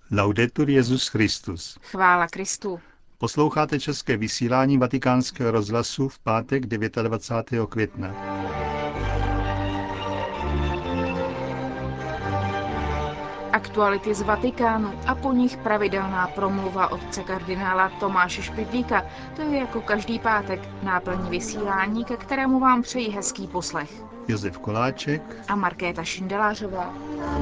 Laudetur Jesus Christus. Chvála Kristu. Posloucháte české vysílání Vatikánského rozhlasu v pátek 29. května. Aktuality z Vatikánu a po nich pravidelná promluva otce kardinála Tomáše Špidlíka. To je jako každý pátek náplň vysílání, ke kterému vám přejí hezký poslech. Josef Koláček a Markéta Šindelářová.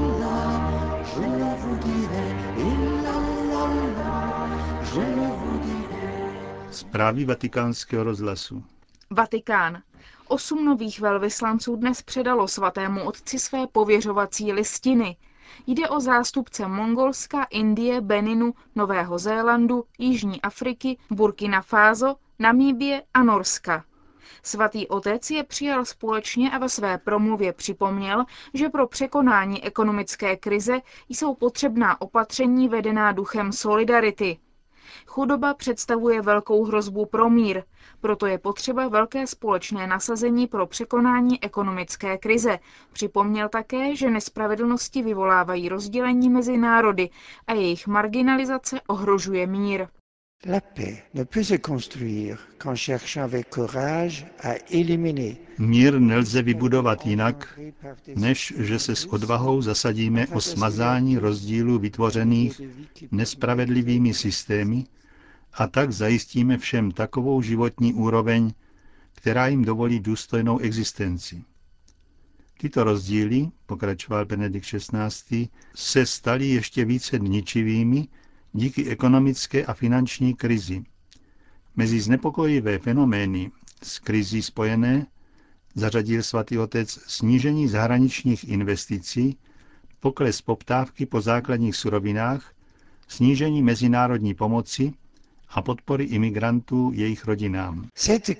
Zprávy Vatikánského rozhlasu. Vatikán. 8 nových velvyslanců dnes předalo svatému otci své pověřovací listiny. Jde o zástupce Mongolska, Indie, Beninu, Nového Zélandu, Jižní Afriky, Burkina Faso, Namíbie a Norska. Svatý otec je přijal společně a ve své promluvě připomněl, že pro překonání ekonomické krize jsou potřebná opatření vedená duchem solidarity. Chudoba představuje velkou hrozbu pro mír, proto je potřeba velké společné nasazení pro překonání ekonomické krize. Připomněl také, že nespravedlnosti vyvolávají rozdělení mezi národy a jejich marginalizace ohrožuje mír. La paix ne peut se construire qu'en cherchant avec courage à éliminer. Mír nelze vybudovat jinak, než že se s odvahou zasadíme o smazání rozdílů vytvořených nespravedlivými systémy a tak zajistíme všem takovou životní úroveň, která jim dovolí důstojnou existenci. Tyto rozdíly, pokračoval Benedikt XVI., se staly ještě více ničivými díky ekonomické a finanční krizi. Mezi znepokojivé fenomény s krizí spojené zařadil svatý otec snížení zahraničních investicí, pokles poptávky po základních surovinách, snížení mezinárodní pomoci a podpory imigrantů jejich rodinám.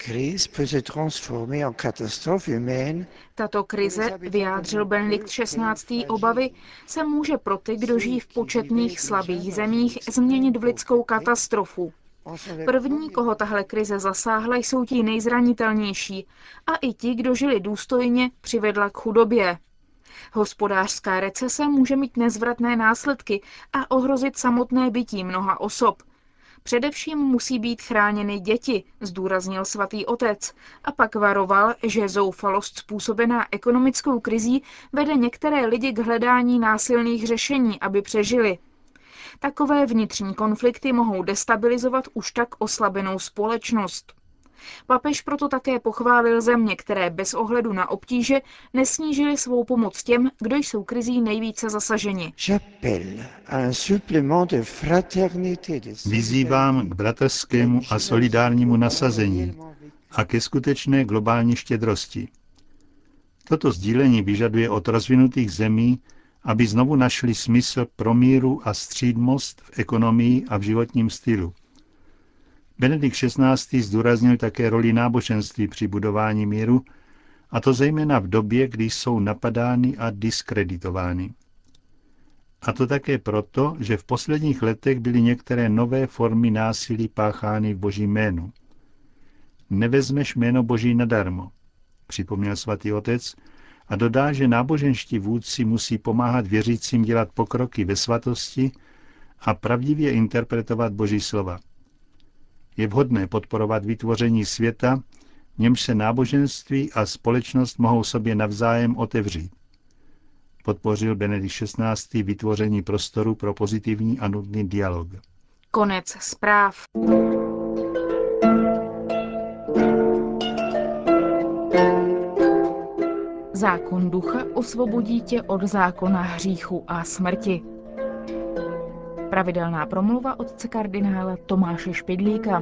Tato krize, vyjádřil Benedikt XVI. Obavy, se může pro ty, kdo žijí v početných slabých zemích, změnit v lidskou katastrofu. První, koho tahle krize zasáhla, jsou ti nejzranitelnější a i ti, kdo žili důstojně, přivedla k chudobě. Hospodářská recese může mít nezvratné následky a ohrozit samotné bytí mnoha osob. Především musí být chráněny děti, zdůraznil svatý otec, a pak varoval, že zoufalost způsobená ekonomickou krizí vede některé lidi k hledání násilných řešení, aby přežili. Takové vnitřní konflikty mohou destabilizovat už tak oslabenou společnost. Papež proto také pochválil země, které bez ohledu na obtíže nesnížily svou pomoc těm, kdo jsou krizí nejvíce zasaženi. Vyzývám k bratrskému a solidárnímu nasazení a ke skutečné globální štědrosti. Toto sdílení vyžaduje od rozvinutých zemí, aby znovu našli smysl pro míru a střídmost v ekonomii a v životním stylu. Benedikt XVI. Zdůraznil také roli náboženství při budování míru, a to zejména v době, kdy jsou napadány a diskreditovány. A to také proto, že v posledních letech byly některé nové formy násilí páchány v Božím jménu. Nevezmeš jméno Boží nadarmo, připomněl svatý otec a dodá, že náboženští vůdci musí pomáhat věřícím dělat pokroky ve svatosti a pravdivě interpretovat Boží slova. Je vhodné podporovat vytvoření světa, v němž se náboženství a společnost mohou sobě navzájem otevřít. Podpořil Benedikt XVI. Vytvoření prostoru pro pozitivní a nutný dialog. Konec zpráv. Zákon ducha osvobodí tě od zákona hříchu a smrti. Pravidelná promluva otce kardinála Tomáše Špidlíka.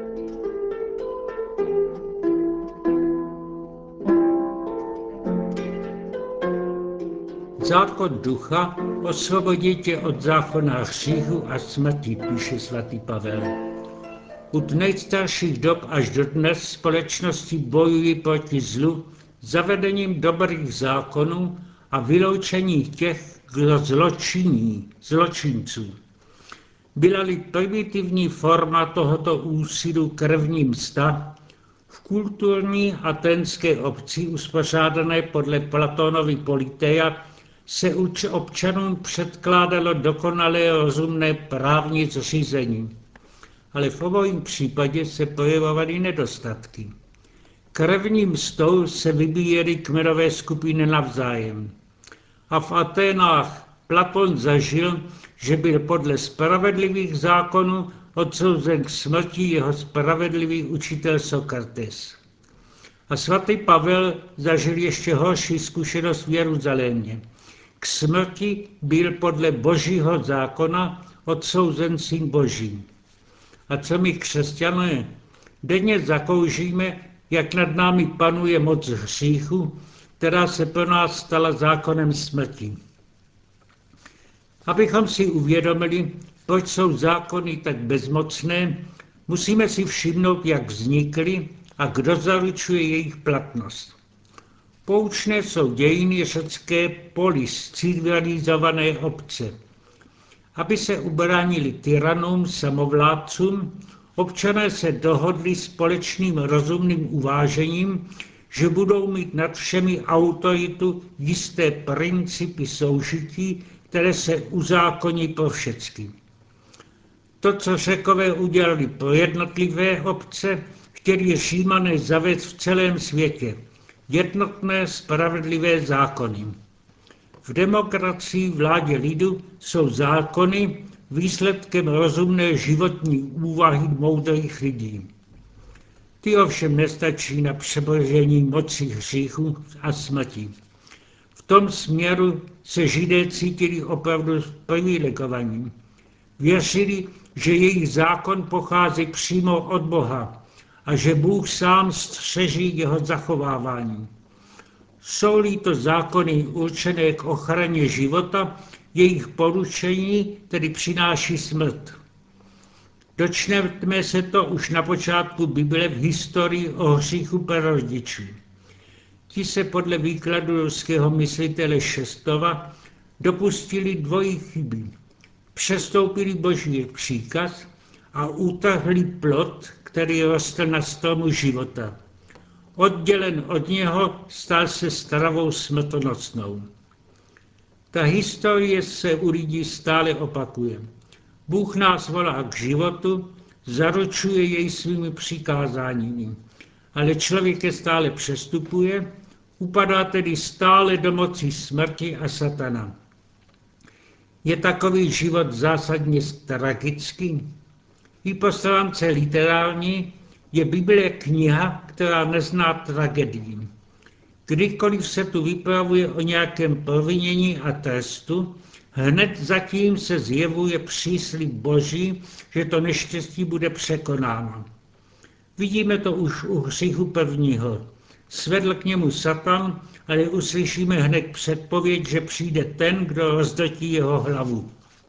Zákon ducha osvobodí tě od zákona hříchu a smrti, píše svatý Pavel. Od nejstarších dob až do dnes společnosti bojují proti zlu zavedením dobrých zákonů a vyloučení těch, kdo zločiní, zločinců. Byla-li primitivní forma tohoto úsilí krevní msta, v kulturní aténské obci uspořádané podle Platónovy Politeia se občanům předkládalo dokonalé rozumné právní řízení. Ale v obojím případě se projevovaly nedostatky. Krevní mstou se vybíjely kmenové skupiny navzájem. A v Aténách Platon zažil, že byl podle spravedlivých zákonů odsouzen k smrti jeho spravedlivý učitel Sokrates. A svatý Pavel zažil ještě horší zkušenost v Jeruzalémě. K smrti byl podle božího zákona odsouzen syn boží. A co my křesťané? Denně zakoušíme, jak nad námi panuje moc hříchu, která se pro nás stala zákonem smrti. Abychom si uvědomili, proč jsou zákony tak bezmocné, musíme si všimnout, jak vznikly a kdo zaručuje jejich platnost. Poučné jsou dějiny řecké polis, civilizované obce. Aby se ubránili tyranům, samovládcům, občané se dohodli společným rozumným uvážením, že budou mít nad všemi autoritu jisté principy soužití, které se uzákoní pro všechny. To, co Řekové udělali pro jednotlivé obce, chtěli Římané zavést v celém světě. Jednotné spravedlivé zákony. V demokracii vládě lidu jsou zákony výsledkem rozumné životní úvahy moudrých lidí. Ty ovšem nestačí na přebržení moci hříchu a smrti. V tom směru se Židé cítili opravdu privilegovaní. Věřili, že jejich zákon pochází přímo od Boha a že Bůh sám střeží jeho zachovávání. Jsou-li to zákony určené k ochraně života, jejich porušení tedy přináší smrt. Dočteme se to už na počátku Bible v historii o hříchu prarodičů. Ti se podle výkladu ruského myslitele Šestova dopustili dvojí chyby. Přestoupili Boží příkaz a utrhli plod, který rostl na stromu života. Oddělen od něho stal se stravou smrtonosnou. Ta historie se u lidí stále opakuje. Bůh nás volá k životu, zaručuje jej svými přikázáními, ale člověk je stále přestupuje, upadá tedy stále do moci smrti a satana. Je takový život zásadně tragický? I po stránce literární je Bible kniha, která nezná tragédii. Kdykoliv se tu vypravuje o nějakém provinění a trestu, hned zatím se zjevuje příslib Boží, že to neštěstí bude překonáno. Vidíme to už u hříchu prvního. Svedl k němu Satan, ale uslyšíme hned předpověď, že přijde ten, kdo rozdrtí jeho hlavu.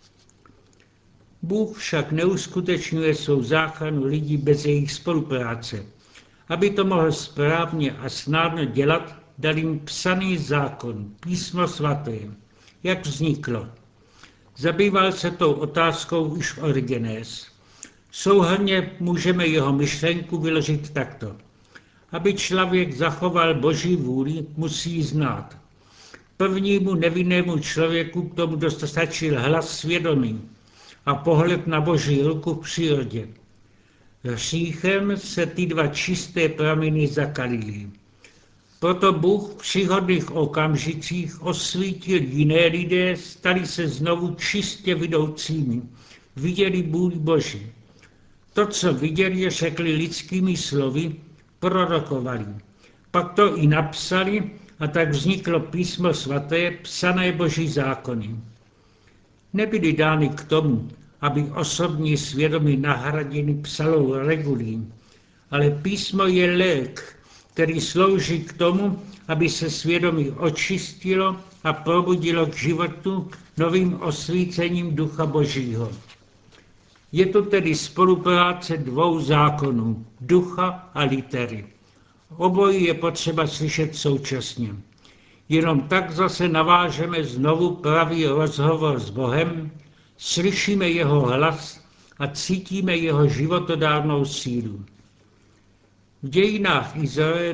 Bůh však neuskutečňuje svou záchranu lidí bez jejich spolupráce. Aby to mohl správně a snadno dělat, dal jim psaný zákon, písmo svaté. Jak vzniklo? Zabýval se tou otázkou už v Origenés. Souhrnně můžeme jeho myšlenku vyložit takto. Aby člověk zachoval Boží vůli, musí znát. Prvnímu nevinnému člověku k tomu dostačil hlas svědomí a pohled na Boží ruku v přírodě. Hříchem se ty dva čisté prameny zakalily. Proto Bůh v příhodných okamžicích osvítil jiné lidé, stali se znovu čistě vidoucími, viděli vůli Boží. To, co viděli, řekli lidskými slovy, prorokovali. Pak to i napsali a tak vzniklo písmo svaté, psané Boží zákony. Nebyly dány k tomu, aby osobní svědomí nahradili psanou regulí, ale písmo je lék, který slouží k tomu, aby se svědomí očistilo a probudilo k životu novým osvícením Ducha Božího. Je to tedy spolupráce dvou zákonů, ducha a litery. Obojí je potřeba slyšet současně. Jenom tak zase navážeme znovu pravý rozhovor s Bohem, slyšíme jeho hlas a cítíme jeho životodárnou sílu. V dějinách Izraele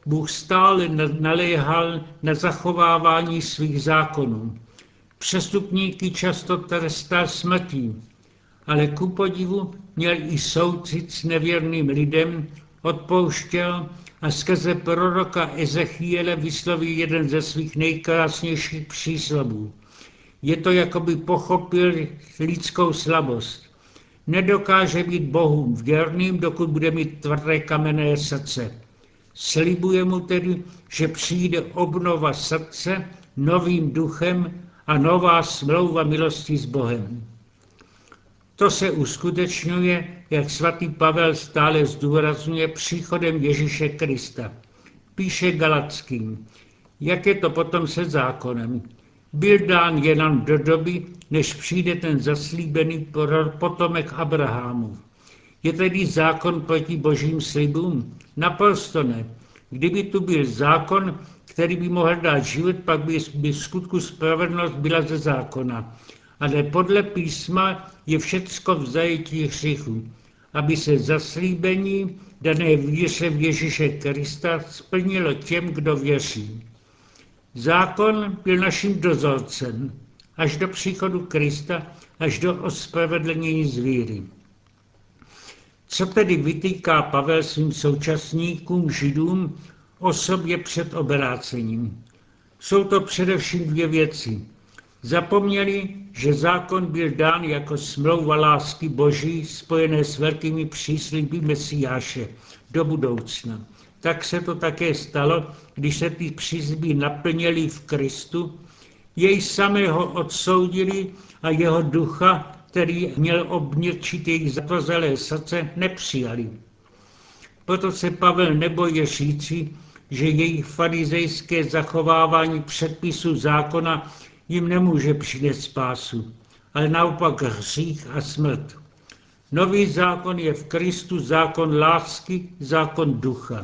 Bůh stále naléhal na zachovávání svých zákonů. Přestupníky často trestal smrtí, ale ku podivu měl i soucit s nevěrným lidem, odpouštěl a skrze proroka Ezechiele vysloví jeden ze svých nejkrásnějších příslovů. Je to, jako by pochopil lidskou slabost. Nedokáže být Bohu věrným, dokud bude mít tvrdé kamenné srdce. Slibuje mu tedy, že přijde obnova srdce novým duchem a nová smlouva milosti s Bohem. To se uskutečňuje, jak svatý Pavel stále zdůrazňuje, příchodem Ježíše Krista. Píše Galatským, jak je to potom se zákonem. Byl dán jenom do doby, než přijde ten zaslíbený potomek Abrahamův. Je tedy zákon proti božím slibům? Naprosto ne. Kdyby tu byl zákon, který by mohl dát život, pak by v skutku spravedlnost byla ze zákona. Ale podle písma je všecko v zajetí hříchu, aby se zaslíbení dané víře v Ježíše Krista splnilo těm, kdo věří. Zákon byl naším dozorcem až do příchodu Krista, až do ospravedlnění z víry. Co tedy vytýká Pavel svým současníkům, Židům, osobě před obrácením? Jsou to především dvě věci. Zapomněli, že zákon byl dán jako smlouva lásky Boží spojené s velkými přísliby Mesiáše do budoucna. Tak se to také stalo, když se ty přísliby naplnily v Kristu, jej samého odsoudili a jeho ducha, který měl obměkčit jejich zatvrzelé srdce, nepřijali. Proto se Pavel nebojí říci, že jejich farizejské zachovávání předpisů zákona jim nemůže přinést spásu, ale naopak hřích a smrt. Nový zákon je v Kristu zákon lásky, zákon ducha.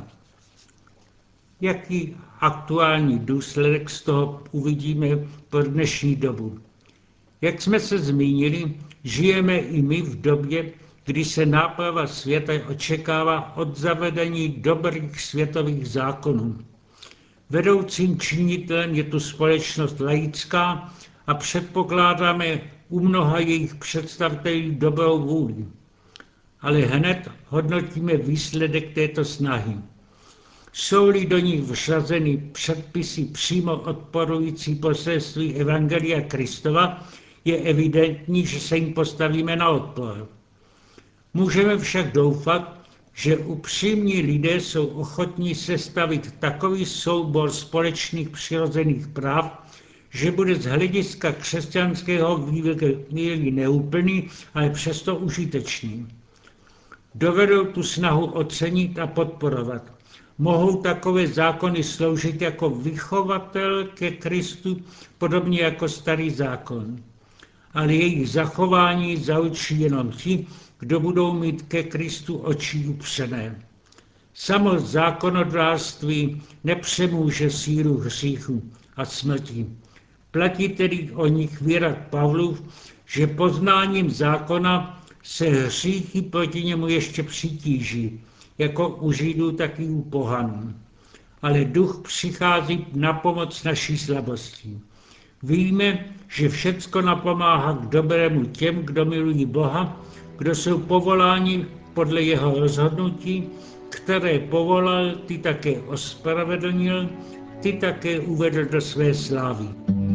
Jaký aktuální důsledek z toho uvidíme pro dnešní dobu? Jak jsme se zmínili, žijeme i my v době, kdy se náprava světa očekává od zavedení dobrých světových zákonů. Vedoucím činitelem je tu společnost laická a předpokládáme u mnoha jejich představitelů dobrou vůli. Ale hned hodnotíme výsledek této snahy. Jsou-li do nich vřazeny předpisy přímo odporující poselství Evangelia Kristova, je evidentní, že se jim postavíme na odpor. Můžeme však doufat, že upřímní lidé jsou ochotní sestavit takový soubor společných přirozených práv, že bude z hlediska křesťanského vývoje neúplný, ale přesto užitečný. Dovedou tu snahu ocenit a podporovat. Mohou takové zákony sloužit jako vychovatel ke Kristu, podobně jako starý zákon. Ale jejich zachování zaučí jenom ti, kdo budou mít ke Kristu oči upřené. Samo zákonodárství nepřemůže sílu hříchu a smrti. Platí tedy o nich výrok Pavlův, že poznáním zákona se hříchy proti němu ještě přitíží, jako u Židů, tak i u pohanů. Ale duch přichází na pomoc naší slabosti. Víme, že všecko napomáhá k dobrému těm, kdo milují Boha, kdo jsou povoláni podle jeho rozhodnutí, které povolal, ty také ospravedlnil, ty také uvedl do své slávy.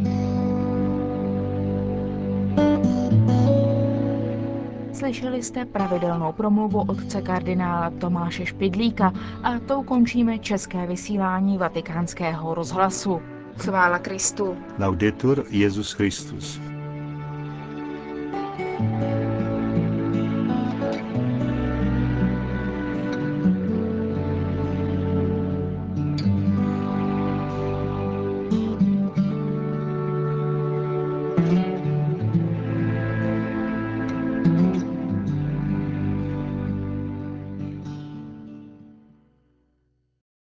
Slyšeli jste pravidelnou promluvu otce kardinála Tomáše Špidlíka a tou končíme české vysílání Vatikánského rozhlasu. Chvála Kristu. Laudetur Jesus Christus.